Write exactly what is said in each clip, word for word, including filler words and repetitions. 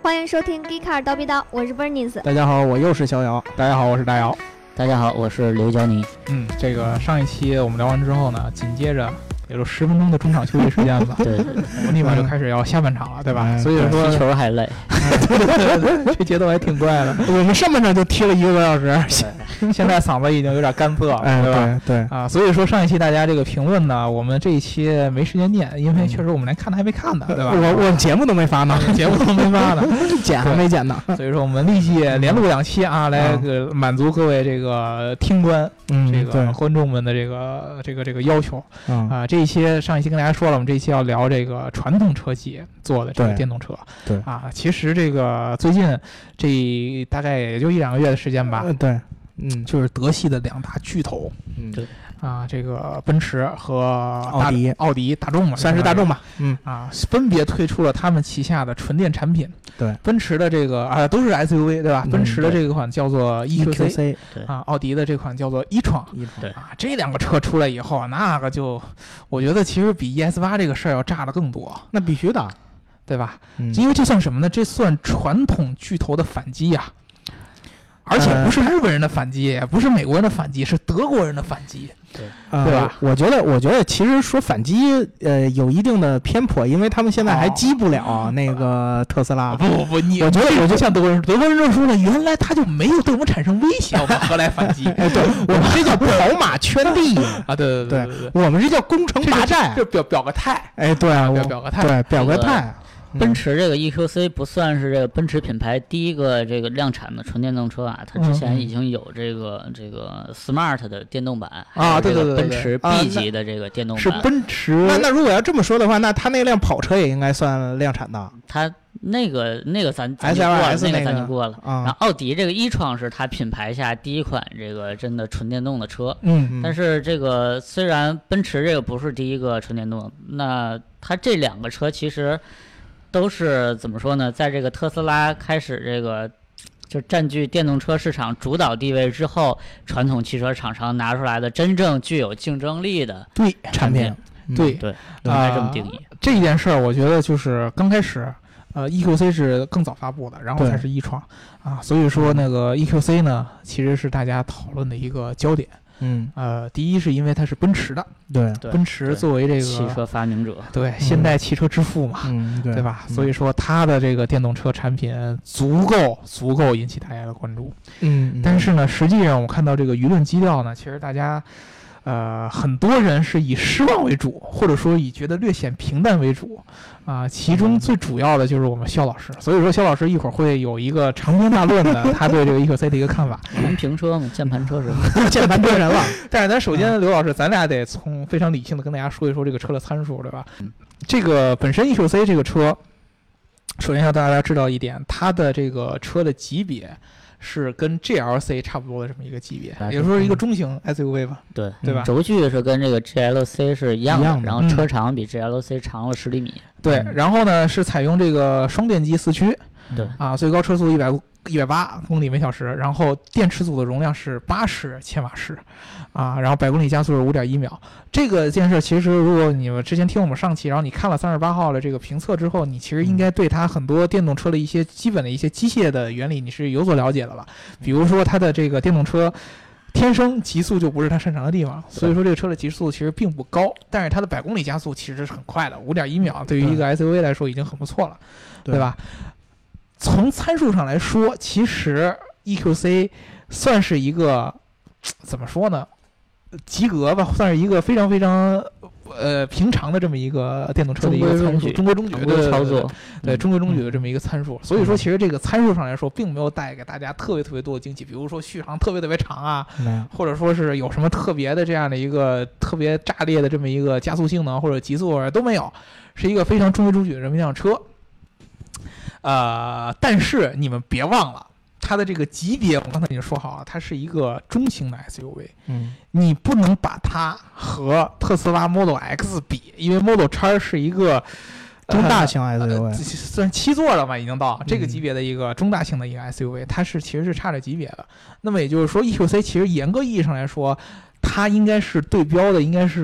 欢迎收听《Geekcar 叨逼叨》，我是 Bernice。 大家好，我又是逍遥。 大家好，我是大姚。 大家好，我是刘娇妮。 嗯，这个上一期我们聊完之后呢，紧接着也就十分钟的中场休息时间吧。 对， 我们立马就开始要下半场了，对吧？嗯、所以说踢球还累， 这节奏还挺怪的。 我们上半场就踢了一个多小时， 现在嗓子已经有点干涩了， 哎、 对吧？ 对对啊，所以说上一期大家这个评论呢，我们这一期没时间念，因为确实我们连看都还没看呢，对吧？ 我我节目都没发呢， 节目都没发呢， 剪还没剪呢。 所以说我们立即连录两期啊，来个满足各位这个听官。 嗯， 这个观众们的这个这个这个要求啊、 嗯呃，这一期上一期跟大家说了，我们这一期要聊这个传统车企做的这个电动车。 对啊，其实这个最近这大概也就一两个月的时间吧。 呃、对，嗯， 就是德系的两大巨头， 嗯， 对啊，这个奔驰和奥迪， 奥迪大众嘛， 算是大众吧。嗯啊，分别推出了他们旗下的纯电产品。 对， 奔驰的这个啊都是 S U V 对吧？ 嗯、 奔驰的这个款叫做 E Q C， 对啊，奥迪的这款叫做 e-tron， 对啊，这两个车出来以后，那个就我觉得其实比 E S 八这个事儿要炸的更多。 那必须的， 对吧？ 嗯、 因为这算什么呢？这算传统巨头的反击呀、啊，而且不是日本人的反击，也、呃、不是美国人的反击，是德国人的反击。 对， 呃、 对吧？ 我觉得，我觉得其实说反击，呃，有一定的偏颇，因为他们现在还击不了那个特斯拉。 哦、不不不，你我觉得，我就像德国人，德国人就说了，原来他就没有对我们产生威胁，我们何来反击？ 哎，对，我们这叫跑马圈地啊！对对对对对，我们这叫攻城拔寨， 就表表个态。 哎，对啊， 表表个态， 对，表个态。 奔驰这个 E Q C 不算是这个奔驰品牌第一个这个量产的纯电动车啊，它之前已经有这个、嗯、这个 Smart 的电动版啊，对对对， 奔驰 B 级的这个电动版、 啊、是奔驰。 那那如果要这么说的话，那它那辆跑车也应该算量产的。 它那个那个咱咱 S L S 那个咱就过了。 啊、 然后奥迪这个 e-tron 是它品牌下第一款这个真的纯电动的车。 嗯， 但是这个虽然奔驰这个不是第一个纯电动，那它这两个车其实。都是怎么说呢？在这个特斯拉开始这个就占据电动车市场主导地位之后，传统汽车厂商拿出来的真正具有竞争力的对产品， 嗯、对对，应该这么定义。 呃、这件事儿，我觉得就是刚开始，呃 ，E Q C 是更早发布的，然后才是 e-tron啊，所以说那个 E Q C 呢，其实是大家讨论的一个焦点。 嗯， 呃，第一是因为它是奔驰的， 对， 奔驰作为这个汽车发明者， 对，现代汽车之父嘛， 嗯，对， 对吧？所以说它的这个电动车产品足够足够引起大家的关注， 嗯， 但是呢，实际上我看到这个舆论基调呢，其实大家。呃，很多人是以失望为主，或者说以觉得略显平淡为主，啊、呃，其中最主要的就是我们肖老师，所以说肖老师一会儿会有一个长篇大论的他对这个 E Q C 的一个看法。 能评车吗？键盘车神， 键盘车神了。 但是咱首先，刘老师，咱俩得从非常理性的跟大家说一说这个车的参数，对吧？嗯、这个本身 E Q C 这个车，首先要大家知道一点，它的这个车的级别。是跟 G L C 差不多的这么一个级别，也就是说一个中型 S U V 吧， 对对吧？ 轴距是跟这个 G L C 是一样的， 样的然后车长比 G L C 长了十厘米。 对，嗯、然后呢是采用这个双电机四驱， 对啊，最高车速一百一百八公里每小时，然后电池组的容量是八十千瓦时，啊，然后百公里加速是五点一秒。这个件事其实，如果你们之前听我们上期，然后你看了三十八号的这个评测之后，你其实应该对它很多电动车的一些基本的一些机械的原理你是有所了解的了。比如说它的这个电动车天生极速就不是它擅长的地方，所以说这个车的极速其实并不高，但是它的百公里加速其实是很快的，五点一秒对于一个 S U V 来说已经很不错了， 对, 对吧？从参数上来说，其实 E Q C 算是一个怎么说呢？及格吧，算是一个非常非常呃平常的这么一个电动车的一个参数，中规中矩的操作， 对中规中矩的这么一个参数。所以说，其实这个参数上来说，并没有带给大家特别特别多的惊喜，比如说续航特别特别长啊，或者说是有什么特别的这样的一个特别炸裂的这么一个加速性能或者极速都没有，是一个非常中规中矩的这么一辆车。呃，但是你们别忘了。它的这个级别，我刚才已经说好了，它是一个中型的 S U V， 嗯， 你不能把它和特斯拉 Model X 比，因为 Model X 是一个中大型 S U V，、 呃、算七座了吧，已经到这个级别的一个中大型的一个 S U V，、嗯、它是其实是差着级别的。那么也就是说 ，E Q C 其实严格意义上来说，它应该是对标的，应该是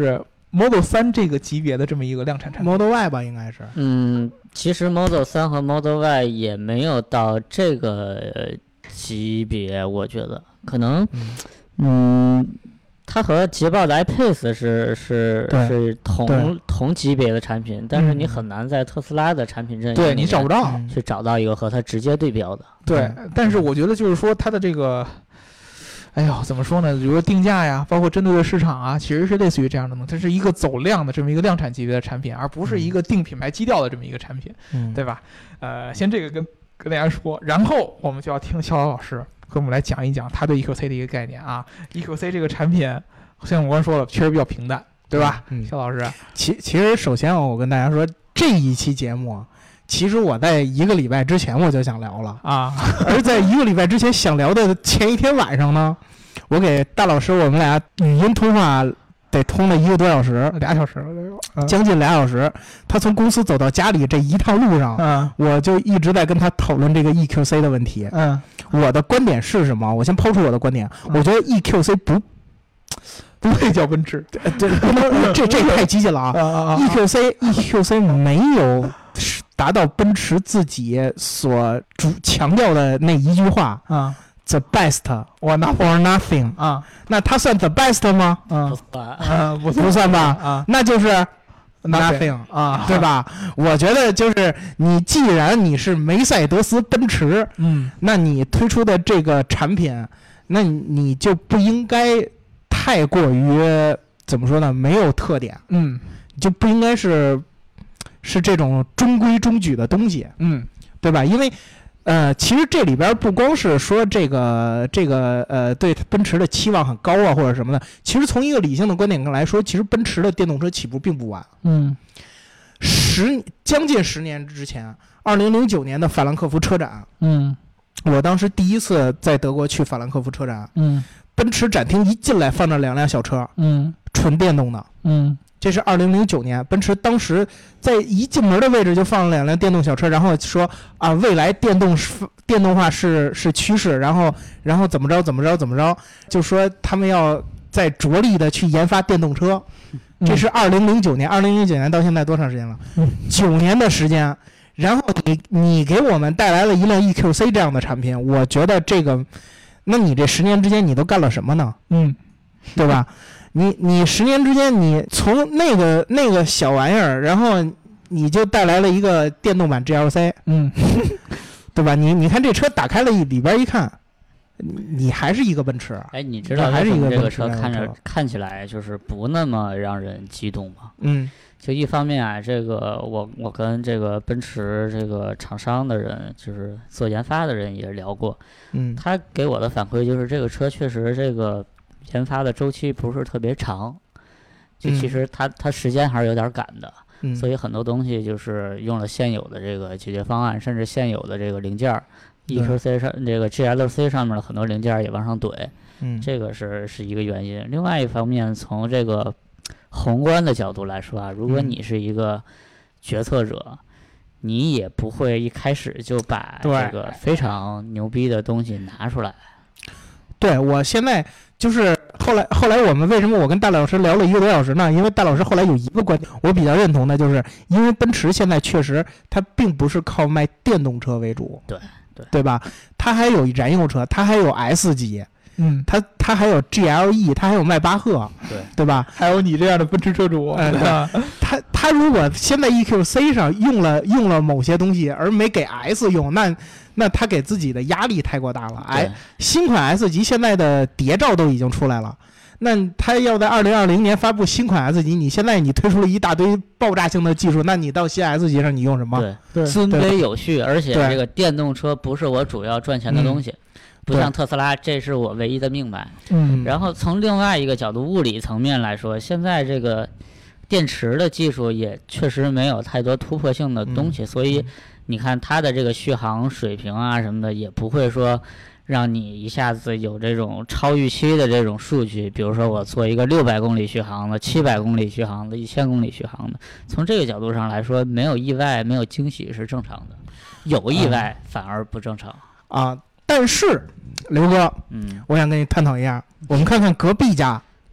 Model 三这个级别的这么一个量产产品 Model Y 吧，应该是。 嗯，其实 Model 三和 Model Y 也没有到这个级别，我觉得可能，嗯，它和捷豹的 iPace 是是是同同级别的产品，但是你很难在特斯拉的产品阵营对你找不到去找到一个和它直接对标的。 对， 嗯、 但是我觉得就是说它的这个。哎呦，怎么说呢？比如说定价呀，包括针对的市场啊，其实是类似于这样的东西。它是一个走量的这么一个量产级别的产品，而不是一个定品牌基调的这么一个产品， 嗯、 对吧？呃，先这个跟跟大家说，然后我们就要听肖老师跟我们来讲一讲他对 E Q C 的一个概念啊。E Q C 这个产品，像我刚说了，确实比较平淡，对吧？ 嗯， 肖老师， 其其实首先我跟大家说，这一期节目。其实我在一个礼拜之前我就想聊了啊， 而在一个礼拜之前想聊的前一天晚上呢，我给大老师我们俩语音通话得通了一个多小时， 俩小时， 嗯、将近俩小时。他从公司走到家里这一趟路上， 嗯， 我就一直在跟他讨论这个 E Q C 的问题。 嗯， 我的观点是什么？我先抛出我的观点， 嗯、 我觉得 E Q C 不不配叫奔驰， 这不能这这太激进了啊！ 啊啊啊 E Q C E Q C 没有达到奔驰自己所主强调的那一句话啊 ，the best or nothing 啊， 那它算 the best 吗？ 嗯， 不算啊，不不算吧？ 啊， 那就是 nothing 啊， 对吧？我觉得就是你既然你是梅赛德斯奔驰， 嗯， 那你推出的这个产品，那你就不应该太过于怎么说呢？没有特点， 嗯， 就不应该是。是这种中规中矩的东西， 嗯， 对吧？因为，呃，其实这里边不光是说这个这个呃对奔驰的期望很高啊，或者什么的。其实从一个理性的观点来说，其实奔驰的电动车起步并不晚。 嗯， 十将近十年之前，二零零九年的法兰克福车展， 嗯， 我当时第一次在德国去法兰克福车展， 嗯， 奔驰展厅一进来放着两辆小车， 嗯， 纯电动的， 嗯。 这是二零零九年，奔驰当时在一进门的位置就放了两辆电动小车，然后说啊，未来电动电动化是是趋势，然后然后怎么着怎么着怎么着，就说他们要再着力的去研发电动车。这是二零零九年，二零零九年到现在多长时间了？九年的时间。然后你你给我们带来了一辆 E Q C 这样的产品，我觉得这个，那你这十年之间你都干了什么呢？ 嗯， 对吧？你你十年之间，你从那个那个小玩意儿，然后你就带来了一个电动版 G L C， 嗯， 对吧？你你看这车打开了里边一看，你还是一个奔驰。 哎，你知道为什么这个车看着看起来就是不那么让人激动吗？ 嗯， 就一方面啊，这个我我跟这个奔驰这个厂商的人，就是做研发的人也聊过， 嗯， 他给我的反馈就是这个车确实这个。研发的周期不是特别长，就其实它它时间还是有点赶的， 嗯， 所以很多东西就是用了现有的这个解决方案，甚至现有的这个零件 ，E Q C 上这个 G L C 上面的很多零件也往上怼， 嗯， 这个是是一个原因。另外一方面，从这个宏观的角度来说啊，如果你是一个决策者，嗯、你也不会一开始就把这个非常牛逼的东西拿出来。 对，我现在就是后来后来我们为什么我跟大老师聊了一个多小时呢？因为大老师后来有一个观点我比较认同的，就是因为奔驰现在确实它并不是靠卖电动车为主， 对对对吧？它还有燃油车，它还有 S 级， 嗯， 它它还有 G L E， 它还有迈巴赫， 对对吧？ 还有你这样的奔驰车主， 嗯，它它如果现在 E Q C 上用了用了某些东西而没给 S 用，那那他给自己的压力太过大了。哎，新款 S 级现在的谍照都已经出来了，那他要在二零二零年发布新款 S 级，你现在你推出了一大堆爆炸性的技术，那你到新 S 级上你用什么？ 对， 对尊卑有序，而且这个电动车不是我主要赚钱的东西，嗯、不像特斯拉，这是我唯一的命脉。 嗯， 然后从另外一个角度，物理层面来说，现在这个电池的技术也确实没有太多突破性的东西， 嗯、 所以。你看它的这个续航水平啊什么的，也不会说让你一下子有这种超预期的这种数据。比如说我做一个六百公里续航的、七百公里续航的、一千公里续航的，从这个角度上来说，没有意外、没有惊喜是正常的，有意外反而不正常啊。但是刘哥， 嗯， 我想跟你探讨一下，我们看看隔壁家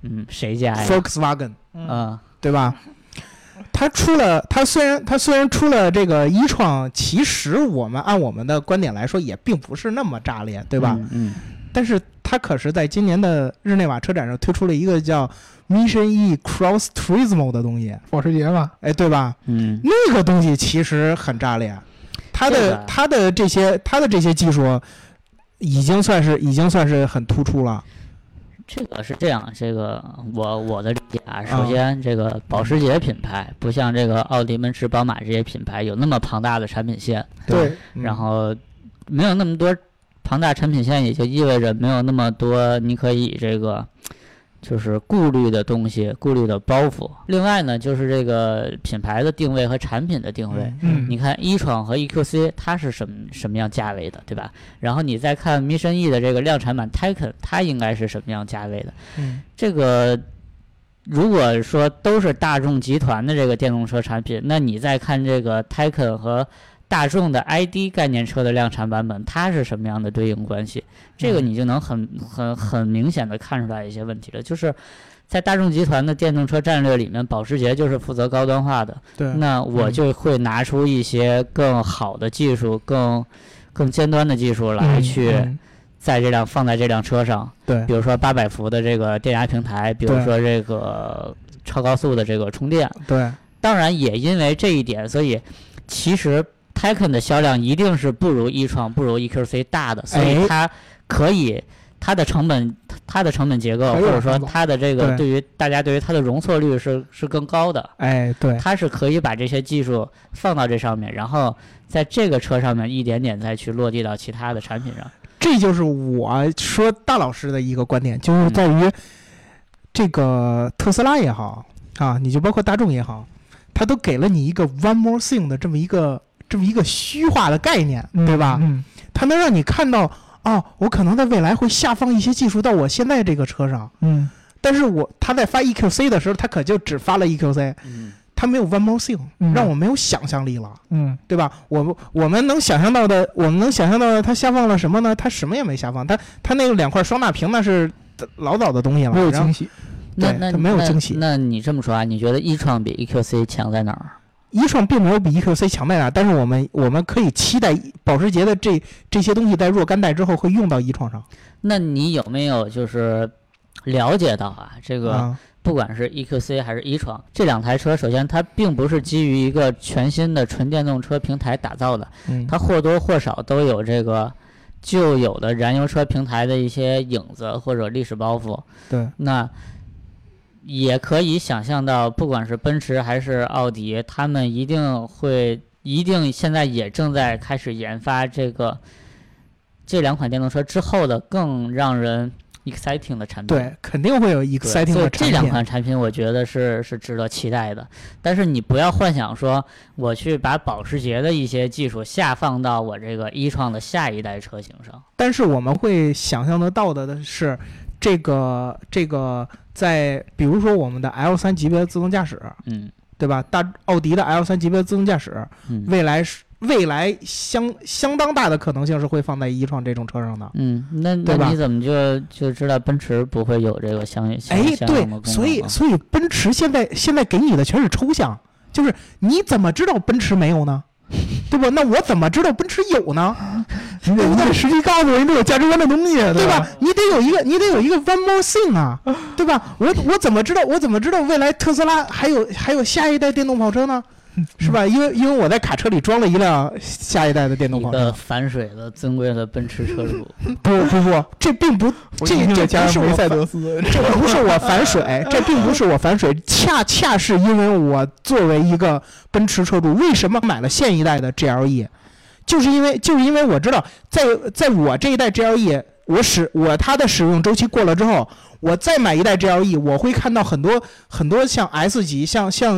嗯，谁家呀 ？Volkswagen， 嗯， 对吧？它出了，它虽然它虽然出了这个一创，其实我们按我们的观点来说，也并不是那么炸裂，对吧？ 嗯。嗯但是它可是在今年的日内瓦车展上推出了一个叫 Mission E Cross Turismo 的东西， 保时捷嘛， 哎，对吧？ 嗯， 那个东西其实很炸裂，它的、 这个、 它的这些它的这些技术已经算是已经算是很突出了。 这个是这样，这个我我的理解啊，首先这个保时捷品牌不像这个奥迪、奔驰、宝马这些品牌有那么庞大的产品线， 对， 然后没有那么多庞大产品线，也就意味着没有那么多你可以这个就是顾虑的东西、顾虑的包袱。另外呢，就是这个品牌的定位和产品的定位。 嗯， 你看一创和 E Q C 它是什么什么样价位的，对吧？然后你再看 Mission E 的这个量产版 Taycan， 它应该是什么样价位的？ 嗯， 这个如果说都是大众集团的这个电动车产品，那你再看这个 Taycan 和大众的 I D 概念车的量产版本，它是什么样的对应关系？这个你就能很很很明显的看出来一些问题了。就是在大众集团的电动车战略里面，保时捷就是负责高端化的， 对， 那我就会拿出一些更好的技术、更更尖端的技术来去在这辆放在这辆车上。 对， 比如说八百伏的这个电压平台，比如说这个超高速的这个充电。 对， 当然也因为这一点，所以其实Taycan 的销量一定是不如一创、不如 E Q C 大的，所以它可以，它的成本、它的成本结构，或者说它的这个对于大家对于它的容错率是是更高的。 哎，对， 它是可以把这些技术放到这上面，然后在这个车上面一点点再去落地到其他的产品上。 这就是我说大老师的一个观点，就是在于这个特斯拉也好啊，你就包括大众也好，它都给了你一个 one more thing 的这么一个。这么一个虚化的概念，对吧？ 嗯， 它能让你看到，哦，我可能在未来会下放一些技术到我现在这个车上， 嗯， 但是我他在发 E Q C 的时候，他可就只发了 E Q C， 嗯， 他没有 one more thing， 嗯， 让我没有想象力了， 嗯， 对吧？我我们能想象到的，我们能想象到的，它下放了什么呢？它什么也没下放，它它那个两块双大屏那是老早的东西了， 没有惊喜， 那那没有惊喜。 那你这么说啊？你觉得一创比 E Q C 强在哪儿？ 一创并没有比 E Q C 强在哪，但是我们我们可以期待保时捷的这这些东西在若干代之后会用到一创上。 那你有没有就是了解到啊？这个不管是 E Q C 还是一创，这两台车，首先它并不是基于一个全新的纯电动车平台打造的， 嗯， 它或多或少都有这个旧有的燃油车平台的一些影子或者历史包袱。 对， 那也可以想象到，不管是奔驰还是奥迪，他们一定会，一定现在也正在开始研发这个这两款电动车之后的更让人 exciting 的产品。 对，肯定会有 exciting 的产品。所以这两款产品，我觉得是是值得期待的。但是你不要幻想说，我去把保时捷的一些技术下放到我这个一创的下一代车型上。 但是我们会想象得到的是，这个这个。在比如说我们的 L 三 级别的自动驾驶， 嗯， 对吧？大奥迪的 L 三 级别的自动驾驶， 嗯， 未来是未来相相当大的可能性是会放在一创这种车上的， 嗯，那那你怎么就就知道奔驰不会有这个相相哎， 相应的功能？ 对，所以所以奔驰现在现在给你的全是抽象，就是你怎么知道奔驰没有呢？对吧？那我怎么知道奔驰有呢？ 你得你得实际告诉我，你得有价值观的东西， 对吧？ 吧你得有一个，你得有一个 one more thing 啊，对吧？我我怎么知道？我怎么知道未来特斯拉还有还有下一代电动跑车呢？是吧？因为因为我在卡车里装了一辆下一代的电动跑车， 一个反水的尊贵的奔驰车主。 不不不，这并不，这这不是我塞德斯， 这不是我反水，这并不是我反水，恰恰是因为我作为一个奔驰车主，为什么买了现一代的 G L E， 就是因为就是因为我知道，在在我这一代 G L E， 我使我它的使用周期过了之后，我再买一代 G L E， 我会看到很多很多像 S 级，像像。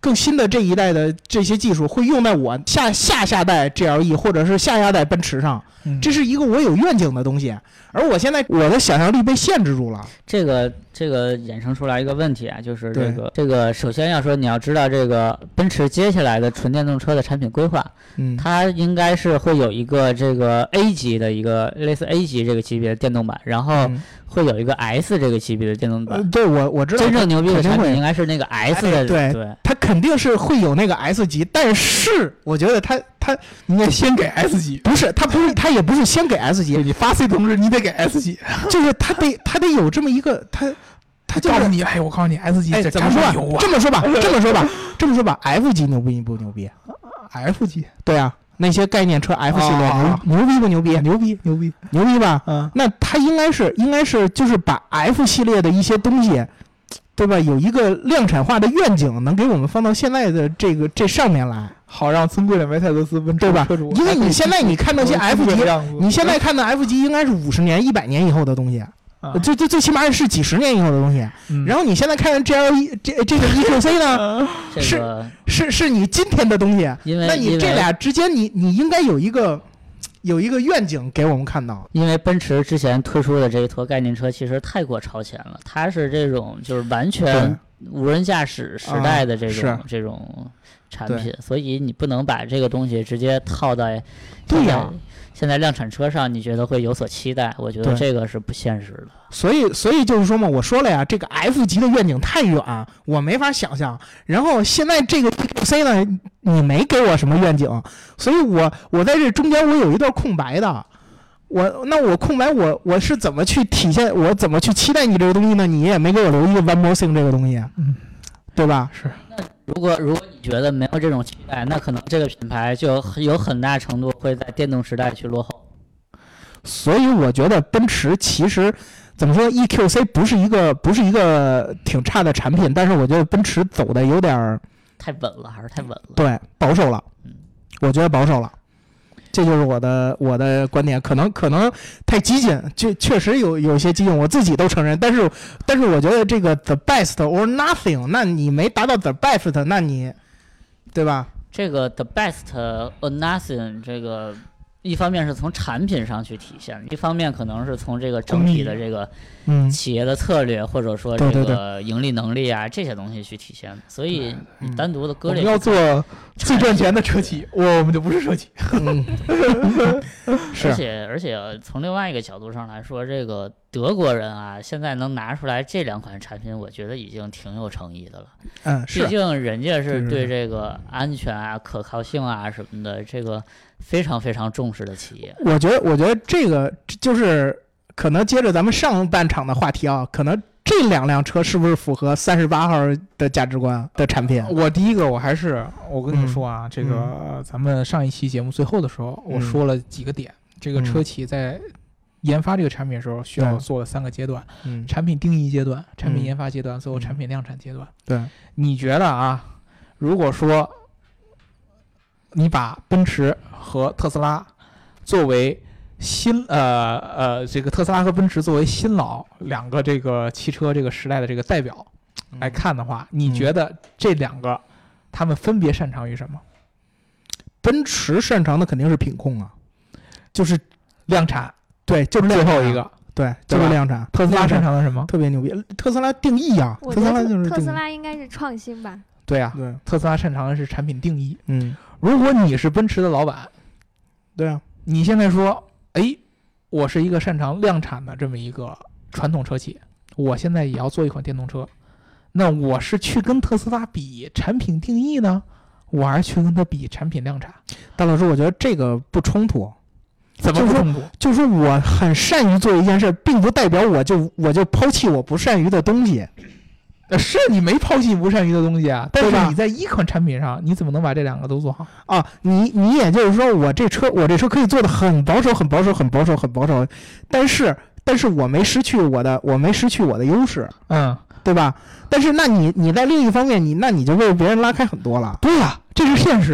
更新的这一代的这些技术会用在我下下下代 G L E 或者是下下代奔驰上， 嗯、 这是一个我有愿景的东西，而我现在我的想象力被限制住了。 这个这个衍生出来一个问题啊，就是这个这个首先要说你要知道这个奔驰接下来的纯电动车的产品规划， 嗯， 它应该是会有一个这个 A 级的一个类似 A 级这个级别的电动版，然后会有一个 S 这个级别的电动版。 呃、对我我知道， 真正牛逼的产品应该是那个 S 的， 哎、对对， 它肯定是会有那个 S 级，但是我觉得它它你得先给 S 级， 不是它不是它也不是先给 S 级， 你发 C 同志你得给 S 级， 就是它得它得有这么一个它。他告诉你，哎，我告诉你 ，S 级这怎么说、啊？ 这么说吧，这么说吧，这么说吧 ，F 级牛逼不牛逼 ？F 级， 对啊，那些概念车 F 系列牛、 哦、 牛逼不牛逼？ 牛逼牛逼牛逼吧？ 嗯， 那它应该是应该是就是把 F 系列的一些东西，对吧？有一个量产化的愿景，能给我们放到现在的这个这上面来， 好让尊贵的梅赛德斯奔驰对吧车主。 因为你现在你看那些 F 级，你现在看的 F 级应该是五十年、一百年以后的东西。 啊、 这这最起码是几十年以后的东西， 嗯、 然后你现在看 G L E 这这个 E Q C 呢， 这是个、 是是你今天的东西， 因为那你这俩之间你你应该有一个有一个愿景给我们看到。 因为奔驰之前推出的这一坨概念车其实太过超前了，它是这种就是完全无人驾驶时代的这种、 啊、 这种产品，所以你不能把这个东西直接套在对呀。 现在量产车上，你觉得会有所期待？我觉得这个是不现实的。 所以，所以就是说嘛，我说了呀，这个 F 级的愿景太远，我没法想象。然后现在这个 E Q C 呢，你没给我什么愿景，所以我我在这中间我有一段空白的。我那我空白我我是怎么去体现？我怎么去期待你这个东西呢？你也没给我留一个 One More Thing 这个东西， 嗯， 对吧？ 是。 那如果如果你觉得没有这种期待，那可能这个品牌就有很大程度会在电动时代去落后。 所以我觉得奔驰其实怎么说 ，E Q C 不是一个不是一个挺差的产品，但是我觉得奔驰走的有点太稳了，还是太稳了。 对，保守了。 嗯， 我觉得保守了。这就是我的我的观点，可能可能太激进，就确实有有些激进，我自己都承认。但是但是我觉得这个 the best or nothing， 那你没达到 the best， 那你对吧？ 这个 the best or nothing， 这个一方面是从产品上去体现，一方面可能是从这个整体的这个企业的策略， 嗯、 或者说这个盈利能力啊这些东西去体现。所以你单独的割裂， 我们要做最赚钱的车企，我们就不是车企。 嗯、是。 而且而且从另外一个角度上来说，这个德国人啊，现在能拿出来这两款产品，我觉得已经挺有诚意的了。 嗯，是。 毕竟人家是对这个安全啊、可靠性啊什么的，这个非常非常重视的企业。 我觉得，我觉得这个就是可能接着咱们上半场的话题啊，可能这两辆车是不是符合三十八号的价值观的产品？ 我第一个，我还是我跟你们说啊， 嗯、 这个、嗯、咱们上一期节目最后的时候，我说了几个点，嗯、这个车企在研发这个产品的时候需要做的三个阶段： 嗯、 产品定义阶段、产品研发阶段，最后产品量产阶段。 对， 你觉得啊，如果说你把奔驰和特斯拉作为新呃呃这个特斯拉和奔驰作为新老两个这个汽车这个时代的这个代表来看的话，嗯、你觉得这两个他们分别擅长于什么？ 奔驰擅长的肯定是品控啊，就是量产。 对，就是最后一个， 对，就是量产。 特斯拉擅长的什么？ 特别牛逼，特斯拉定义啊，特斯拉就是特斯拉应该是创新吧？ 对啊， 对， 特斯拉擅长的是产品定义。 嗯， 如果你是奔驰的老板， 对啊， 你现在说，哎，我是一个擅长量产的这么一个传统车企，我现在也要做一款电动车，那我是去跟特斯拉比产品定义呢，我还是去跟他比产品量产？ 大老师，我觉得这个不冲突。 怎么不冲突？ 就是说我很善于做一件事，并不代表我就我就抛弃我不善于的东西。 是你没抛弃不善于的东西啊，但是你在一款产品上，你怎么能把这两个都做好啊？你你也就是说我这车我这车可以做的很保守，很保守，很保守，很保守，但是但是我没失去我的我没失去我的优势， 嗯， 对吧？但是那你你在另一方面，你那你就为别人拉开很多了。 对呀、啊，这是现实。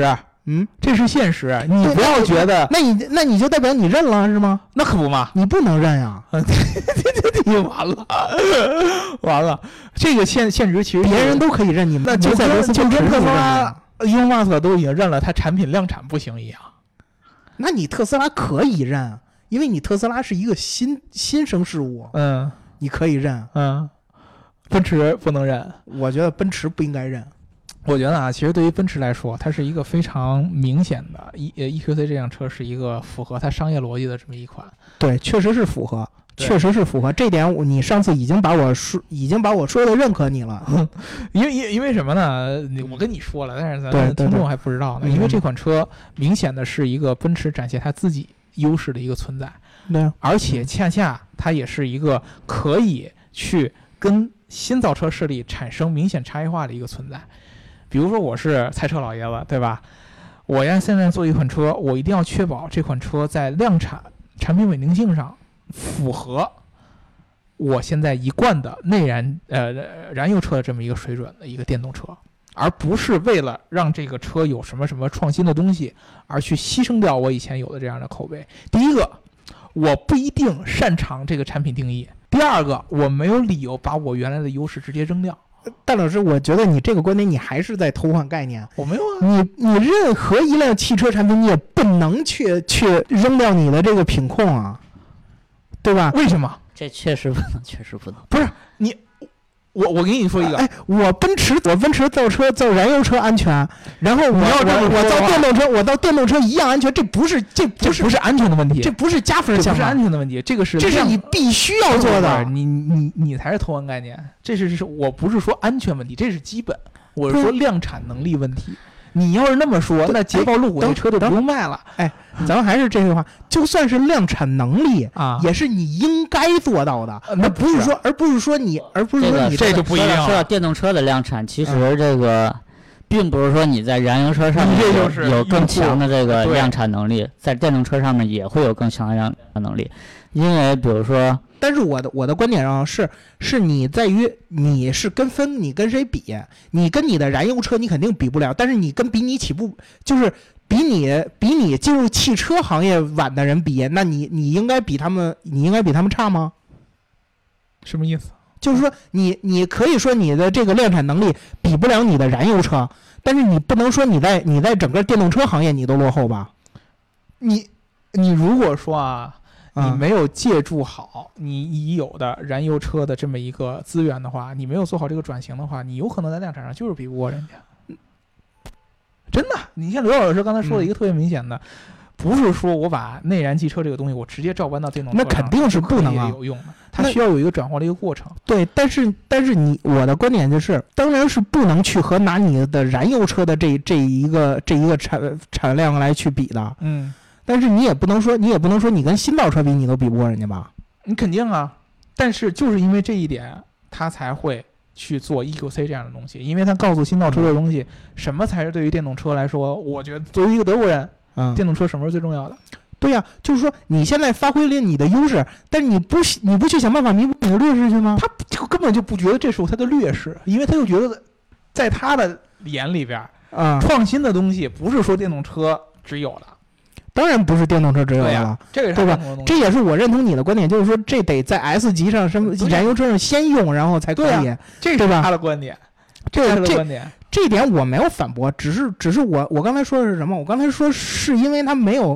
嗯， 这是现实，你不要觉得， 那你那你就代表你认了是吗？ 那可不嘛， 你不能认呀， 你完了，完了，这个现现实其实别人都可以认，你们那就跟就跟特斯拉、伊隆马斯克都已经认了，他产品量产不行一样。 那你特斯拉可以认，因为你特斯拉是一个新新生事物， 嗯， 你可以认， 嗯，奔驰不能认， 我觉得奔驰不应该认。 我觉得啊，其实对于奔驰来说，它是一个非常明显的 E 呃 E Q C 这辆车是一个符合它商业逻辑的这么一款。 对，确实是符合，确实是符合这点我。你上次已经把我说，已经把我说的认可你了。 因为因因为什么呢？我跟你说了，但是咱们听众还不知道呢。 对对对， 因为这款车明显的是一个奔驰展现它自己优势的一个存在。 对， 而且恰恰它也是一个可以去跟新造车势力产生明显差异化的一个存在。比如说我是赛车老爷子，对吧？我要现在做一款车，我一定要确保这款车在量产、产品稳定性上符合我现在一贯的内燃呃燃油车的这么一个水准的一个电动车，而不是为了让这个车有什么什么创新的东西而去牺牲掉我以前有的这样的口碑。第一个，我不一定擅长这个产品定义；第二个，我没有理由把我原来的优势直接扔掉。 戴老师，我觉得你这个观点你还是在偷换概念。 我没有啊， 你你任何一辆汽车产品，你也不能去去扔掉你的这个品控啊，对吧？ 为什么？ 这确实不能，确实不能。 不是你，我我给你说一个， 哎，我奔驰我奔驰造车造燃油车安全，然后我要这么我我说的话造电动车我造电动车一样安全，这不是这不是这不是安全的问题， 这不是加分这不是项目， 安全的问题，这个是这是你必须要做的。 你你你才是偷换概念，这是是我不是说安全问题，这是基本，我是说量产能力问题。你要是那么说，那捷豹路虎这车就不用卖了。 哎，咱们还是这句话，就算是量产能力啊， 也是你应该做到的， 那而不是说，而不是说你，而不是说你这就不一样了。 说到电动车的量产，其实这个并不是说你在燃油车上面有有更强的这个量产能力，在电动车上面也会有更强的量产能力，因为比如说。 但是我的我的观点上是，是你在于你是跟分你跟谁比，你跟你的燃油车你肯定比不了，但是你跟比你起步就是比你比你进入汽车行业晚的人比，那你你应该比他们你应该比他们差吗？ 什么意思？ 就是说你你可以说你的这个量产能力比不了你的燃油车，但是你不能说你在你在整个电动车行业你都落后吧？ 你你如果说啊。 你没有借助好你已有的燃油车的这么一个资源的话，你没有做好这个转型的话，你有可能在量产上就是比不过人家。真的，你像刘老师刚才说的一个特别明显的，嗯、不是说我把内燃汽车这个东西我直接照搬到电动车上， 那肯定是不能啊， 有用的，它需要有一个转化的一个过程。 对，但是但是你我的观点就是，当然是不能去和拿你的燃油车的这这一个这一个产产量来去比的。 嗯。 但是你也不能说，你也不能说你跟新造车比，你都比不过人家吧？ 你肯定啊，但是就是因为这一点，他才会去做 E Q C 这样的东西，因为他告诉新造车的东西，什么才是对于电动车来说，我觉得作为一个德国人，嗯，电动车什么是最重要的？ 对呀、啊，就是说你现在发挥了你的优势，但是你不你不去想办法弥补你的劣势去吗？ 他就根本就不觉得这是他的劣势，因为他就觉得在他的眼里边，啊、嗯，创新的东西不是说电动车只有的。 当然不是电动车只有了， 啊、这个对吧？这也是我认同你的观点，就是说这得在 S 级上什么燃油车上先用，然后才可以， 啊、这是他的观点， 这是他的观点。 这一点我没有反驳，只是只是我我刚才说的是什么？我刚才说是因为他没有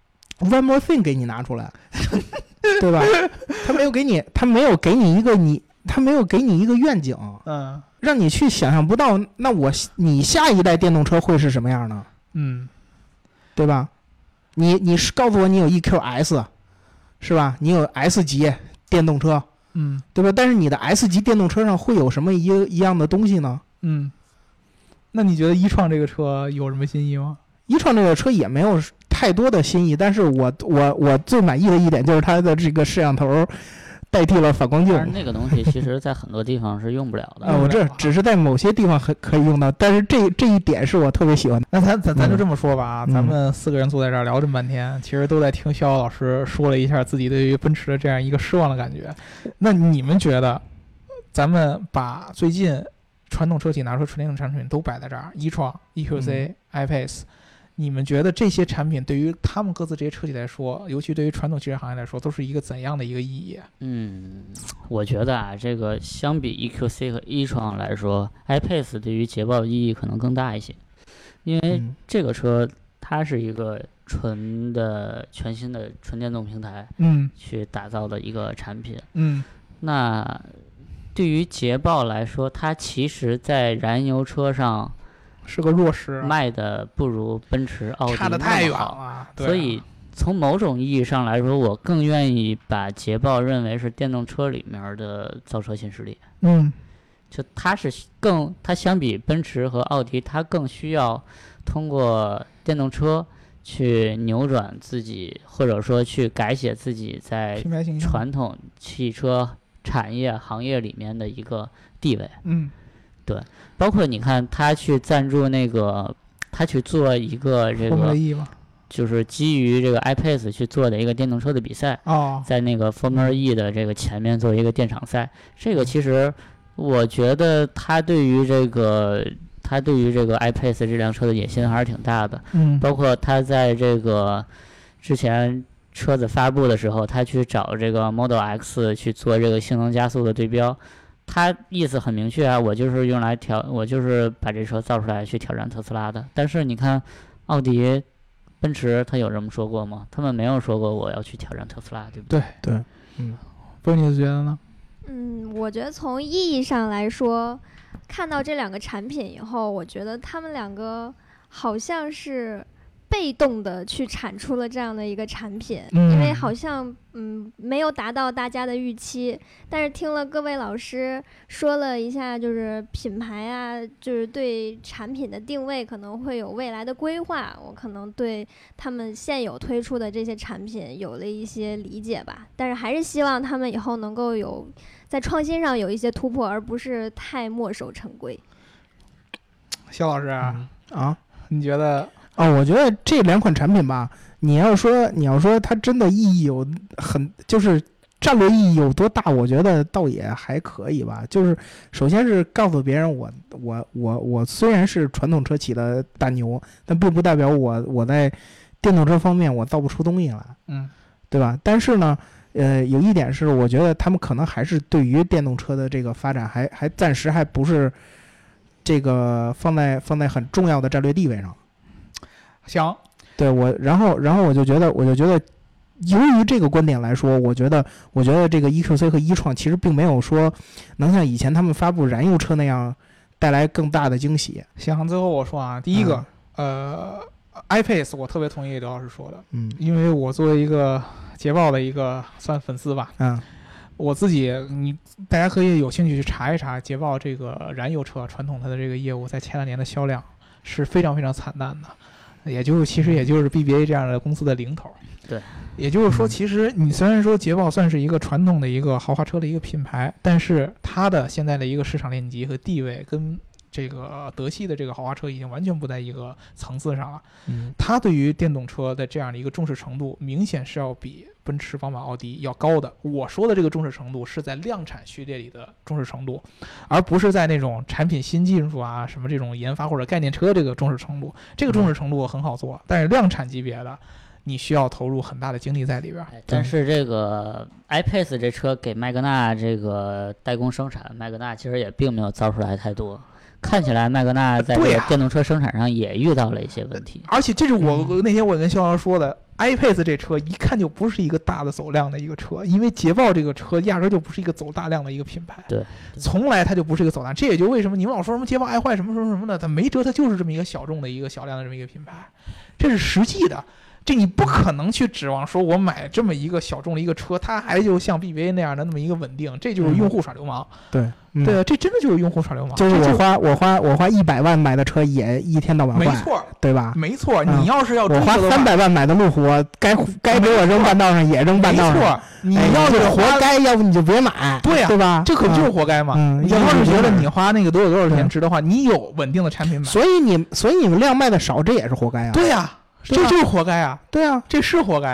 one more thing 给你拿出来，对吧？他没有给你，他没有给你一个你，他没有给你一个愿景， 嗯， 让你去想象不到，那我你下一代电动车会是什么样呢？ 嗯， 对吧？你你是告诉我你有 E Q S， 是吧？你有 S 级电动车， 嗯， 对吧？但是你的 S 级电动车上会有什么一一样的东西呢？ 嗯，那你觉得一创这个车有什么新意吗？ 一创这个车也没有太多的新意，但是我我我最满意的一点就是它的这个摄像头代替了反光镜。 但是那个东西其实在很多地方是用不了的。 啊，我这只是在某些地方可可以用到，但是这这一点是我特别喜欢的。 那咱咱咱就这么说吧啊， 嗯、 咱们四个人坐在这儿聊这么半天，其实都在听逍遥老师说了一下自己对于奔驰的这样一个失望的感觉。那你们觉得，咱们把最近传统车企拿出纯电动产品都摆在这儿，一创、E Q C、嗯、iPace， 你们觉得这些产品对于他们各自这些车企来说，尤其对于传统汽车行业来说，都是一个怎样的一个意义？ 嗯，我觉得啊，这个相比 E Q C 和 e-tron 来说 ，iPace 对于捷豹意义可能更大一些，因为这个车它是一个纯的全新的纯电动平台， 嗯， 去打造的一个产品， 嗯， 那对于捷豹来说，它其实在燃油车上是个弱势， 卖的不如奔驰、奥迪差得太远了，对啊， 所以从某种意义上来说，我更愿意把捷豹认为是电动车里面的造车新势力。 嗯， 就它是更，它相比奔驰和奥迪，它更需要通过电动车去扭转自己，或者说去改写自己在传统汽车产业行业里面的一个地位。 嗯， 对，包括你看他去赞助那个，他去做一个这个，就是基于这个 iPace 去做的一个电动车的比赛， 哦， 在那个 Formula E 的这个前面做一个电场赛。这个其实我觉得他对于这个他对于这个 iPace 这辆车的野心还是挺大的。 嗯， 包括他在这个之前车子发布的时候，他去找这个 Model X 去做这个性能加速的对标，他意思很明确啊，我就是用来挑，我就是把这车造出来去挑战特斯拉的。但是你看，奥迪、奔驰，他有这么说过吗？他们没有说过我要去挑战特斯拉，对不对？ 对对，嗯， 不是你觉得呢？ 嗯，我觉得从意义上来说，看到这两个产品以后，我觉得他们两个好像是被动的去产出了这样的一个产品， 嗯、 因为好像嗯没有达到大家的预期。但是听了各位老师说了一下，就是品牌啊，就是对产品的定位可能会有未来的规划，我可能对他们现有推出的这些产品有了一些理解吧。但是还是希望他们以后能够有在创新上有一些突破，而不是太墨守成规。 肖老师啊， 嗯、啊， 你觉得？ 哦，我觉得这两款产品吧，你要说你要说它真的意义有很，就是战略意义有多大，我觉得倒也还可以吧。就是首先是告诉别人我，我我我我虽然是传统车企的大牛，但并不代表我我在电动车方面我造不出东西来， 嗯， 对吧？但是呢，呃，有一点是，我觉得他们可能还是对于电动车的这个发展还还暂时还不是这个放在放在很重要的战略地位上。 行， 对我，然后，然后我就觉得，我就觉得，由于这个观点来说，我觉得，我觉得这个 E Q C 和 e-tron 其实并没有说能像以前他们发布燃油车那样带来更大的惊喜。 行，最后我说啊，第一个，嗯、呃 ，iPace 我特别同意刘老师说的， 嗯， 因为我作为一个捷豹的一个算粉丝吧， 嗯， 我自己，你大家可以有兴趣去查一查捷豹这个燃油车传统它的这个业务在前两年的销量是非常非常惨淡的。也就是其实也就是 B B A 这样的公司的零头， 对， 也就是说，其实你虽然说捷豹算是一个传统的一个豪华车的一个品牌，但是它的现在的一个市场链级和地位跟这个德系的这个豪华车已经完全不在一个层次上了。 嗯， 它对于电动车的这样的一个重视程度，明显是要比奔驰、宝马、奥迪要高的。我说的这个重视程度是在量产序列里的重视程度，而不是在那种产品新技术啊什么这种研发或者概念车这个重视程度。这个重视程度很好做，但是量产级别的，你需要投入很大的精力在里边。 但是这个 iPace 这车给麦格纳这个代工生产，麦格纳其实也并没有造出来太多。看起来麦格纳在这个电动车生产上也遇到了一些问题， 啊、而且这是我、嗯、那天我跟肖阳说的 ，iPace 这车一看就不是一个大的走量的一个车，因为捷豹这个车压根就不是一个走大量的一个品牌， 对， 从来它就不是一个走大，这也就为什么你们老说什么捷豹爱坏什么什么什么的，它没辙，它就是这么一个小众的一个小量的这么一个品牌，这是实际的。这你不可能去指望说我买这么一个小众的一个车，它还就像 B B A 那样的那么一个稳定，这就是用户耍流氓。 嗯、对， 对，这真的就是用户耍流氓。 就是我花我花我花一百万买的车也一天到晚坏， 没错， 对吧？ 没错， 嗯、 你要是要我花三百万买的路虎，该该给我扔半道上也扔半道上。 没错，你要是、 哎、 活该，要不你就别买。 对呀、啊， 对吧？ 这可不就是活该吗？ 嗯， 你要是觉得你花那个多少多少钱值的话，你有稳定的产品买。 所以你所以你们量卖的少，这也是活该啊。 对呀、啊。这就是活该啊！ 对啊， 这是活该啊！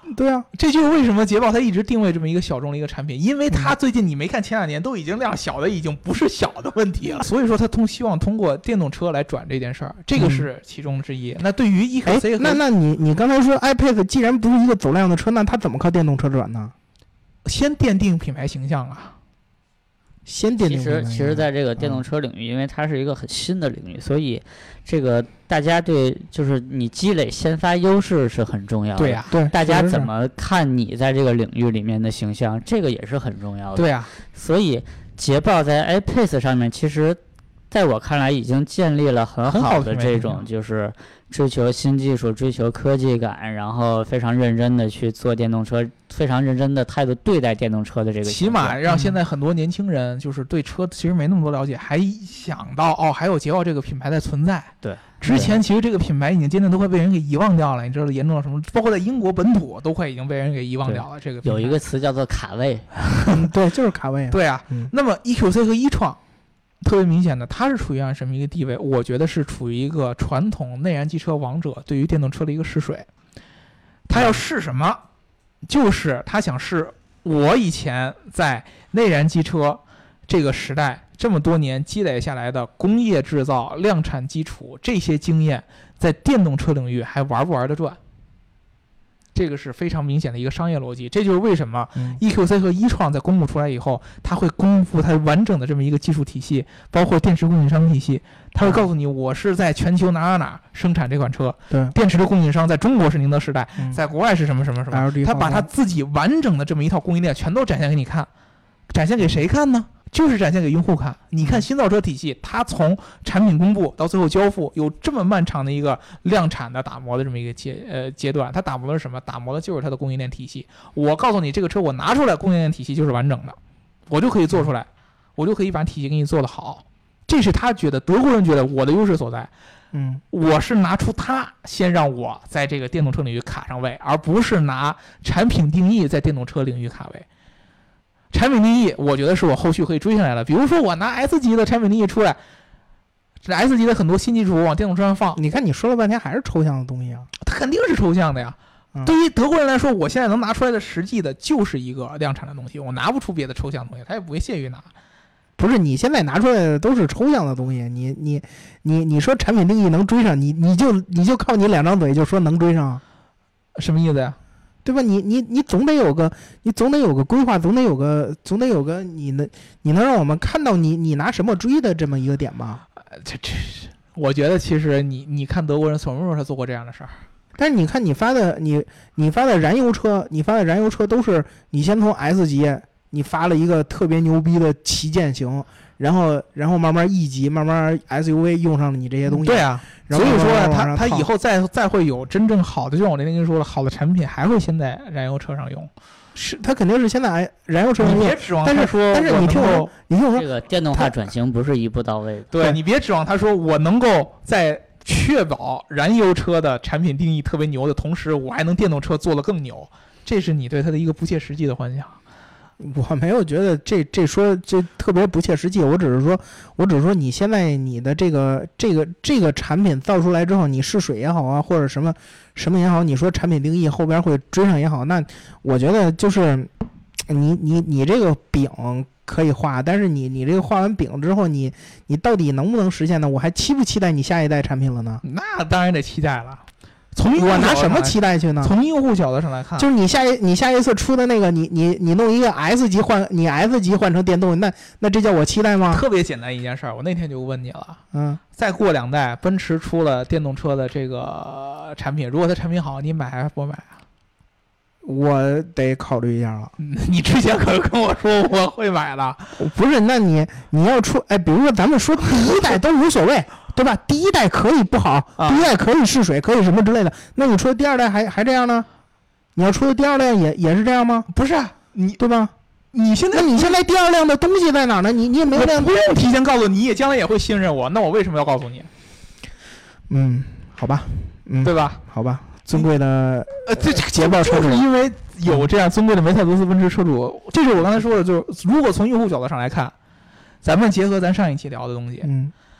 对啊， 这就是为什么捷豹它一直定位这么一个小众的一个产品，因为它最近你没看前两年都已经量小的已经不是小的问题了，所以说它通希望通过电动车来转这件事儿，这个是其中之一。嗯、那对于 E Q C 那那你你刚才说 iPace 既然不是一个走量的车，那它怎么靠电动车转呢？ 先奠定品牌形象啊。 先奠定。 其实，其实，在这个电动车领域，嗯、因为它是一个很新的领域，所以这个大家对就是你积累先发优势是很重要的。 对呀、啊， 对， 大家怎么看你在这个领域里面的形象，这个也是很重要的。 对呀、啊， 所以捷豹在 iPace 上面，其实在我看来已经建立了很好的这种就是追求新技术、追求科技感，然后非常认真的去做电动车，非常认真的态度对待电动车的这个。 起码让现在很多年轻人就是对车其实没那么多了解，还想到哦，还有捷豹这个品牌的存在。 对， 之前其实这个品牌已经渐渐都快被人给遗忘掉了，你知道严重到什么？包括在英国本土都快已经被人给遗忘掉了。这个有一个词叫做卡位， 嗯、对，就是卡位。 对啊， 嗯、 那么 E Q C 和一创。特别明显的，它是处于按什么一个地位？我觉得是处于一个传统内燃机车王者对于电动车的一个试水。他要试什么？就是他想试我以前在内燃机车这个时代这么多年积累下来的工业制造、量产基础这些经验，在电动车领域还玩不玩得转？这个是非常明显的一个商业逻辑，这就是为什么 E Q C 和一创在公布出来以后，它会公布它完整的这么一个技术体系，包括电池供应商体系，它会告诉你我是在全球哪哪哪生产这款车， 对， 电池的供应商在中国是宁德时代，嗯、在国外是什么什么什么，它把它自己完整的这么一套供应链全都展现给你看，展现给谁看呢？就是展现给用户看。你看新造车体系，它从产品公布到最后交付，有这么漫长的一个量产的打磨的这么一个阶呃阶段。它打磨的是什么？打磨的就是它的供应链体系。我告诉你，这个车我拿出来，供应链体系就是完整的，我就可以做出来，我就可以把体系给你做得好。这是他觉得，德国人觉得我的优势所在。 嗯， 我是拿出它，先让我在这个电动车领域卡上位，而不是拿产品定义在电动车领域卡位。产品定义，我觉得是我后续可以追上来的。比如说，我拿 S 级的产品定义出来，这 S 级的很多新技术往电动车上放。 你看，你说了半天还是抽象的东西啊， 它肯定是抽象的呀。嗯、对于德国人来说，我现在能拿出来的实际的就是一个量产的东西，我拿不出别的抽象的东西，他也不会屑于拿。 不是，你现在拿出来的都是抽象的东西，你你你你说产品定义能追上，你你就你就靠你两张嘴就说能追上， 什么意思呀？ 对吧？你你你总得有个，你总得有个规划，总得有个，总得有个你能你能让我们看到你你拿什么追的这么一个点吧？ 这这，我觉得其实你你看德国人什么时候他做过这样的事儿？ 但是你看你发的你你发的燃油车，你发的燃油车都是你先从 S 级，你发了一个特别牛逼的旗舰型，然后然后慢慢 E 级，慢慢 S U V 用上了你这些东西。 对啊。所以说它它以后再再会有真正好的，就像我那天跟你说了，好的产品还会先在燃油车上用， 是它肯定是先在燃油车上用。 你别指望他说， 但是你听我，你听我说， 这个电动化转型不是一步到位的。 对，你别指望他说我能够在确保燃油车的产品定义特别牛的同时，我还能电动车做得更牛，这是你对它的一个不切实际的幻想。 我没有觉得这这说这特别不切实际，我只是说，我只是说你现在你的这个这个这个产品造出来之后，你试水也好啊，或者什么什么也好，你说产品定义后边会追上也好，那我觉得就是你你你这个饼可以画，但是你你这个画完饼之后，你你到底能不能实现呢？我还期不期待你下一代产品了呢？ 那当然得期待了。从我拿什么期待去呢？ 从用户角度上来看， 就是你下一你下一次出的那个，你你你弄一个 S 级换，你 S 级换成电动，那那这叫我期待吗？ 特别简单一件事儿，我那天就问你了， 嗯， 再过两代，奔驰出了电动车的这个产品，如果它产品好，你买还是不买啊？ 我得考虑一下了。 你之前可是跟我说我会买的， 不是？那你你要出，哎，比如说咱们说第一代都无所谓。对吧？第一代可以不好， 啊、 第一代可以试水，可以什么之类的。那你出的第二代还还这样呢？你要出的第二代也也是这样吗？ 不是、啊，你对吧？ 你现在， 那你现在第二辆的东西在哪呢？你你也没有不用提前告诉你，也将来也会信任我。那我为什么要告诉你？ 嗯，好吧，嗯， 对吧？ 好吧，尊贵的呃，这这捷豹车主， 就是因为有这样尊贵的梅赛德斯奔驰车主，这是我刚才说的，就是如果从用户角度上来看，咱们结合咱上一期聊的东西， 嗯。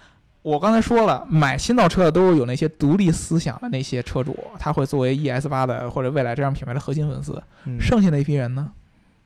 我刚才说了，买新造车的都是有那些独立思想的那些车主，他会作为 E S 八的或者未来这样品牌的核心粉丝。 嗯、 剩下的一批人呢？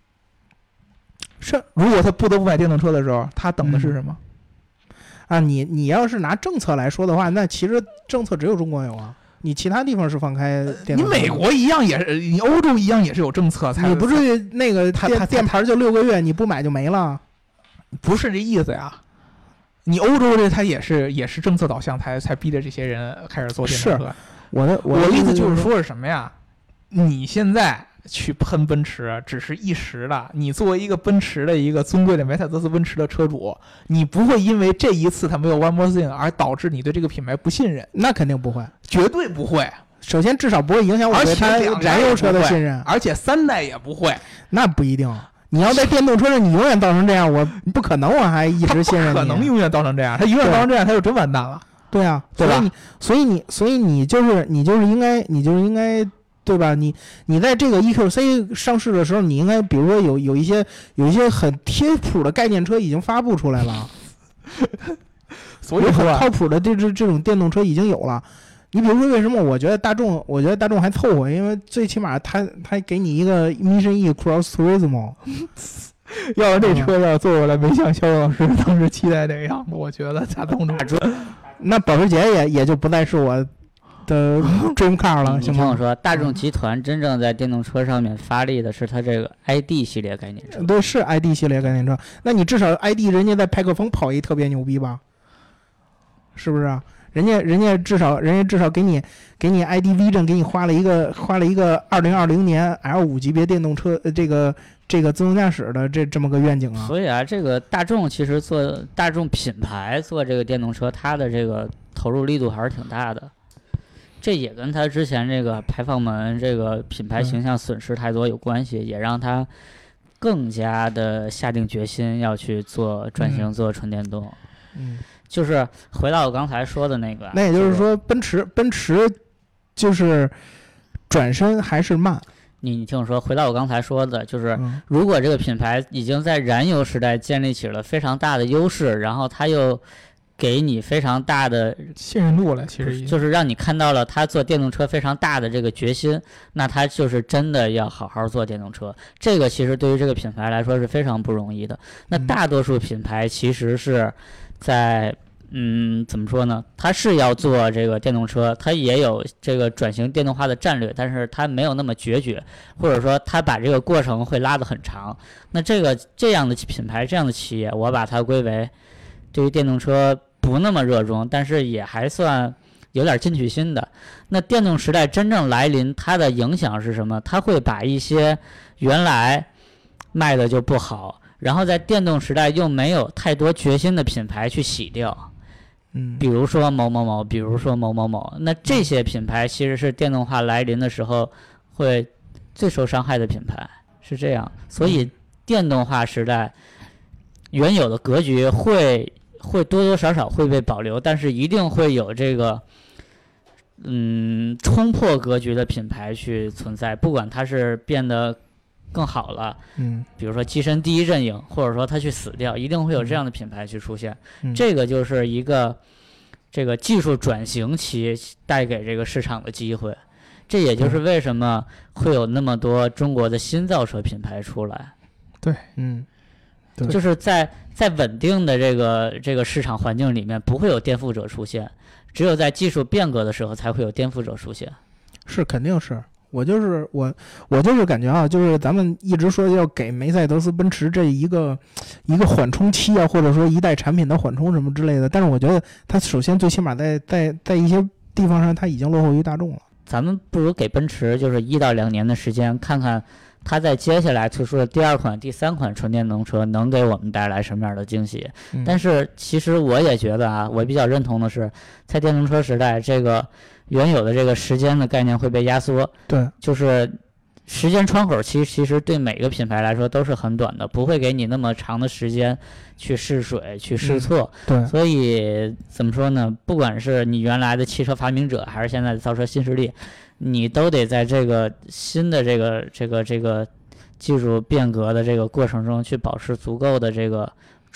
是如果他不得不买电动车的时候，他等的是什么？ 嗯、啊，你你要是拿政策来说的话，那其实政策只有中国有啊。你其他地方是放开电动车， 你美国一样也是，你欧洲一样也是有政策才。 你不至于那个他电电牌就六个月，你不买就没了？ 不是这意思呀。你欧洲这它也是也是政策导向，才才逼着这些人开始做电动车。 是我的我的意思就是说是什么呀？你现在去喷奔驰只是一时的，你作为一个奔驰的一个尊贵的梅赛德斯奔驰的车主，你不会因为这一次它没有 One More Thing 而导致你对这个品牌不信任。 那肯定不会， 绝对不会。 首先至少不会影响我对它燃油车的信任， 而且三代也不会。 那不一定。你要在电动车上，你永远造成这样，我不可能，我还一直信任你。 不可能永远造成这样，他永远造成这样，他就真完蛋了。 对啊， 对吧？ 所以你，所以你，所以你就是你就是应该，你就是应该，对吧？你你在这个 E Q C 上市的时候，你应该比如说有有一些有一些很贴谱的概念车已经发布出来了， 所以说很靠谱的这这这种电动车已经有了。你比如说，为什么我觉得大众，我觉得大众还凑合，因为最起码它它给你一个 Mission E Cross Turismo， 要是这车要做过来，没像肖老师当时期待那个样子，我觉得大众大众， 那保时捷也也就不再是我的 dream car 了。 你听我说，大众集团真正在电动车上面发力的是它这个 I D 系列概念车。 对，是 I D 系列概念车。那你至少 I D 人家在派克风跑一特别牛逼吧？是不是啊？人家人家至少人家至少给你给你 I D Vision 给你画了一个画了一个二零二零年 L 五 级别电动车呃这个这个自动驾驶的这这么个愿景啊。 所以啊，这个大众其实做大众品牌做这个电动车，它的这个投入力度还是挺大的。这也跟它之前这个排放门这个品牌形象损失太多有关系，嗯、也让它更加的下定决心要去做转型，做纯电动。 嗯。 就是回到我刚才说的那个， 那也就是说，奔驰奔驰就是转身还是慢。 你你听我说，回到我刚才说的，就是如果这个品牌已经在燃油时代建立起了非常大的优势，然后它又给你非常大的信任度了，其实就是让你看到了它做电动车非常大的这个决心，那它就是真的要好好做电动车。这个其实对于这个品牌来说是非常不容易的。那大多数品牌其实是在嗯，怎么说呢？它是要做这个电动车，它也有这个转型电动化的战略，但是它没有那么决绝，或者说它把这个过程会拉得很长。那这个这样的品牌，这样的企业，我把它归为对于电动车不那么热衷，但是也还算有点进取心的。那电动时代真正来临，它的影响是什么？它会把一些原来卖的就不好，然后在电动时代又没有太多决心的品牌去洗掉， 嗯， 比如说某某某，比如说某某某，那这些品牌其实是电动化来临的时候会最受伤害的品牌，是这样。所以电动化时代原有的格局会会多多少少会被保留，但是一定会有这个嗯冲破格局的品牌去存在，不管它是变得更好了， 嗯， 比如说跻身第一阵营，或者说它去死掉，一定会有这样的品牌去出现。 嗯、 这个就是一个这个技术转型期带给这个市场的机会，这也就是为什么会有那么多中国的新造车品牌出来。 对， 嗯， 对， 就是在在稳定的这个这个市场环境里面，不会有颠覆者出现，只有在技术变革的时候才会有颠覆者出现。 是，肯定是。我就是我，我就是感觉啊，就是咱们一直说要给梅赛德斯奔驰这一个一个缓冲期啊，或者说一代产品的缓冲什么之类的。但是我觉得它首先最起码在在在一些地方上，它已经落后于大众了。 咱们不如给奔驰就是一到两年的时间，看看它在接下来推出的第二款、第三款纯电动车能给我们带来什么样的惊喜。 嗯、 但是其实我也觉得啊，我比较认同的是，在电动车时代，这个原有的这个时间的概念会被压缩。 对， 就是时间窗口期其实对每个品牌来说都是很短的，不会给你那么长的时间去试水、去试错。 嗯、对， 所以怎么说呢？不管是你原来的汽车发明者，还是现在的造车新势力，你都得在这个新的这个这个这个技术变革的这个过程中去保持足够的这个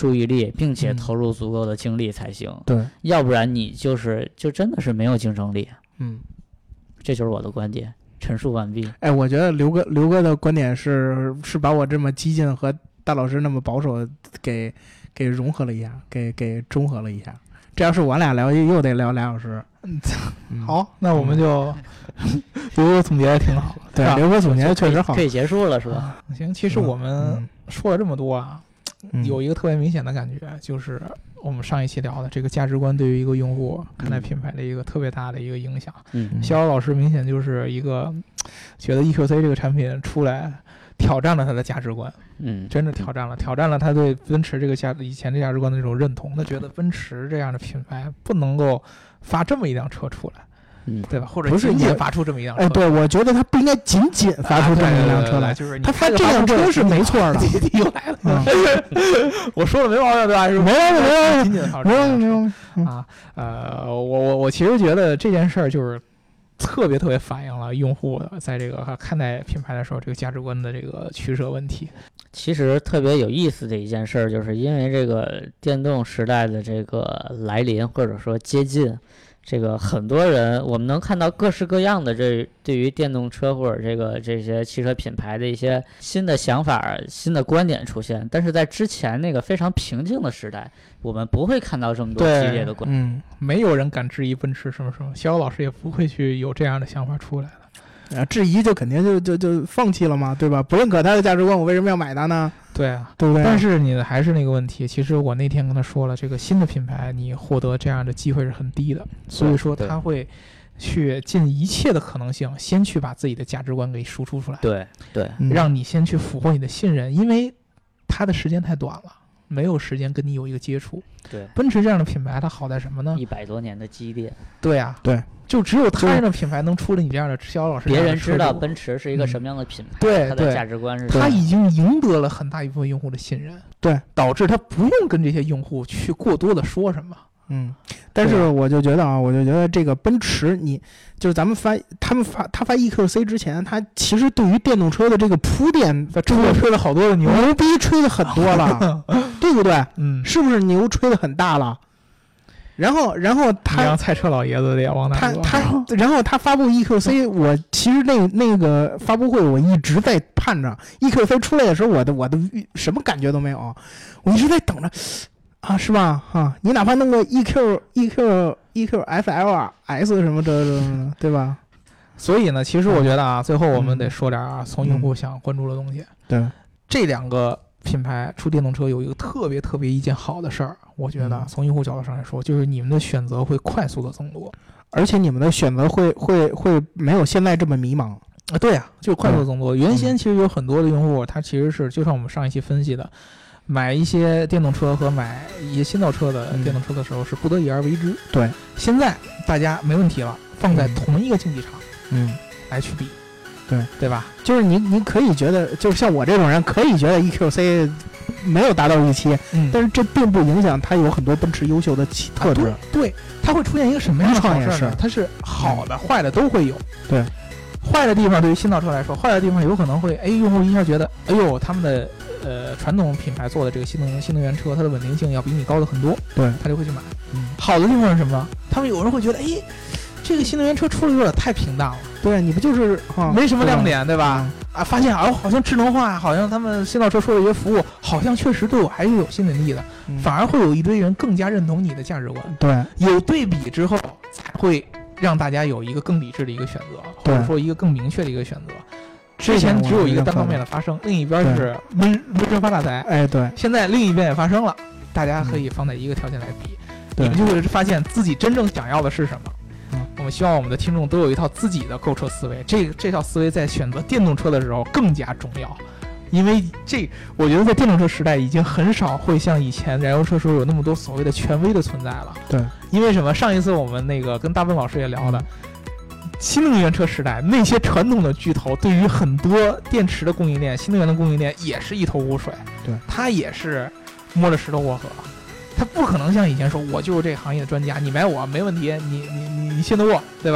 注意力，并且嗯投入足够的精力才行。 对， 要不然你就是就真的是没有竞争力。 嗯， 这就是我的观点，陈述完毕。 哎，我觉得刘哥刘哥的观点是是把我这么激进和大老师那么保守给给融合了一下，给给中和了一下。这要是我俩聊，又得聊俩小时。 嗯， 嗯好，那我们就刘哥总结的挺好， 对， 吧刘哥总结的确实好可。以结束了是吧？ 啊行，其实我们嗯说了这么多啊， 嗯有一个特别明显的感觉，就是我们上一期聊的这个价值观对于一个用户看待品牌的一个特别大的一个影响。 嗯逍遥老师明显就是一个觉得 E Q C 这个产品出来挑战了他的价值观， 嗯， 真的挑战了，挑战了他对奔驰这个价以前的价值观的这种认同。他觉得奔驰这样的品牌不能够发这么一辆车出来， 嗯， 对吧？或者不是也仅仅发出这么一辆车。 哎，对，我觉得他不应该仅仅发出这么一辆车来， 就是你他发这辆车是没错的。 又来了， 嗯我说的没毛病对吧？是没毛病没毛病仅仅发出没这辆车有没有，嗯啊，呃，我我我其实觉得这件事儿就是特别特别反映了用户的在这个看待品牌的时候这个价值观的这个取舍问题。 其实特别有意思的一件事儿，就是因为这个电动时代的这个来临或者说接近，这个很多人我们能看到各式各样的这对于电动车或者这个这些汽车品牌的一些新的想法、新的观点出现。但是在之前那个非常平静的时代，我们不会看到这么多激烈的观点。 嗯， 没有人敢质疑奔驰什么什么，逍遥老师也不会去有这样的想法出来的。 啊，质疑就肯定就就就放弃了嘛，对吧？不认可他的价值观，我为什么要买它呢？ 对啊， 对不对？ 但是你还是那个问题，其实我那天跟他说了，这个新的品牌你获得这样的机会是很低的，所以说他会去尽一切的可能性，先去把自己的价值观给输出出来， 对对， 嗯让你先去俘获你的信任，因为他的时间太短了，没有时间跟你有一个接触。 对， 奔驰这样的品牌它好在什么呢？ 一百多年的积淀， 对啊， 对， 就只有他这样的品牌能出了你这样的逍遥老师这别样的车主， 人知道奔驰是一个什么样的品牌， 对对它的价值观是什么他已经赢得了很大一部分用户的信任， 对， 导致他不用跟这些用户去过多的说什么。 嗯，但是我就觉得啊，我就觉得这个奔驰，你就是咱们发他们发他发 E Q C 之前，他其实对于电动车的这个铺垫， 吹了吹了好多的牛， 牛逼吹的很多了，对不对？ 嗯， 是不是牛吹的很大了？然后，然后你他让赛车老爷子脸往哪他说？ 他，然后他发布 E Q C，我其实那那个发布会我一直在盼着 E Q C 出来的时候，我的我的什么感觉都没有，我一直在等着啊，是吧？哈、啊，你哪怕弄个 E Q E Q E Q F L S 什么这这，对吧？ 所以呢，其实我觉得啊，最后我们得说点啊，从用户想关注的东西。 对， 这两个品牌出电动车有一个特别特别一件好的事儿，我觉得嗯从用户角度上来说，就是你们的选择会快速的增多， 而且你们的选择会会会没有现在这么迷茫。 啊，对啊，就是快速的增多。原先其实有很多的用户，他其实是就像我们上一期分析的，买一些电动车和买一些新造车的电动车的时候是不得已而为之。 对， 现在大家没问题了，放在同一个竞技场嗯， 来去比， 对对吧？ 就是你你可以觉得，就是像我这种人可以觉得 E Q C 没有达到预期， 嗯， 但是这并不影响它有很多奔驰优秀的其特质。 啊、对, 对，它会出现一个什么样的好事呢？ 创业是它是好的、坏的都会有。 对， 坏的地方对于新造车来说，坏的地方有可能会，哎，用户一下觉得，哎呦，他们的呃传统品牌做的这个新能源新能源车，它的稳定性要比你高的很多， 对， 他就会去买。 嗯， 好的地方是什么？他们有人会觉得，哎，这个新能源车出了有点太平淡了， 对你不就是、啊、 没什么亮点，对吧？ 嗯啊，发现啊，好像智能化，好像他们新造车说的一些服务，好像确实对我还是有吸引力的， 嗯、 反而会有一堆人更加认同你的价值观。 对， 有对比之后，才会让大家有一个更理智的一个选择，或者说一个更明确的一个选择。之前只有一个单方面的发生，另一边是闷闷声发大财。 哎，对， 现在另一边也发生了，大家可以放在一个条件来比， 对， 你们就会发现自己真正想要的是什么。 嗯， 我们希望我们的听众都有一套自己的购车思维，这这套思维在选择电动车的时候更加重要，因为这我觉得在电动车时代已经很少会像以前燃油车时候有那么多所谓的权威的存在了。 对， 因为什么？上一次我们那个跟大奔老师也聊的，新能源车时代那些传统的巨头对于很多电池的供应链、新能源的供应链也是一头雾水。 对， 他也是摸着石头过河。他不可能像以前说，我就是这个行业的专家，你买我没问题，你你你你信得过，对吧？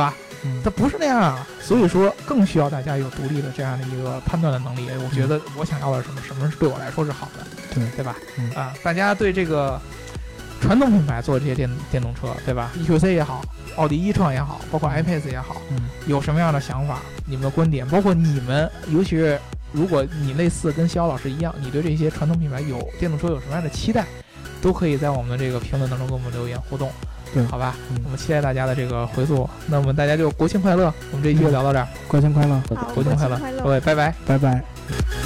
嗯它不是那样啊，所以说更需要大家有独立的这样的一个判断的能力。我觉得我想要的是什么，什么是对我来说是好的， 对对吧？ 嗯啊，大家对这个传统品牌做这些电电动车，对吧 ？E Q C 也好，奥迪e创也好，包括 iPace 也好， 嗯， 有什么样的想法？你们的观点，包括你们，尤其是如果你类似跟肖老师一样，你对这些传统品牌有电动车有什么样的期待，都可以在我们的这个评论当中跟我们留言互动。 对， 好吧， 嗯我们期待大家的这个回溯。那我们大家就国庆快乐，我们这一期就聊到这儿， 国庆快乐， 好， 国庆快乐，各位，拜拜。 拜拜。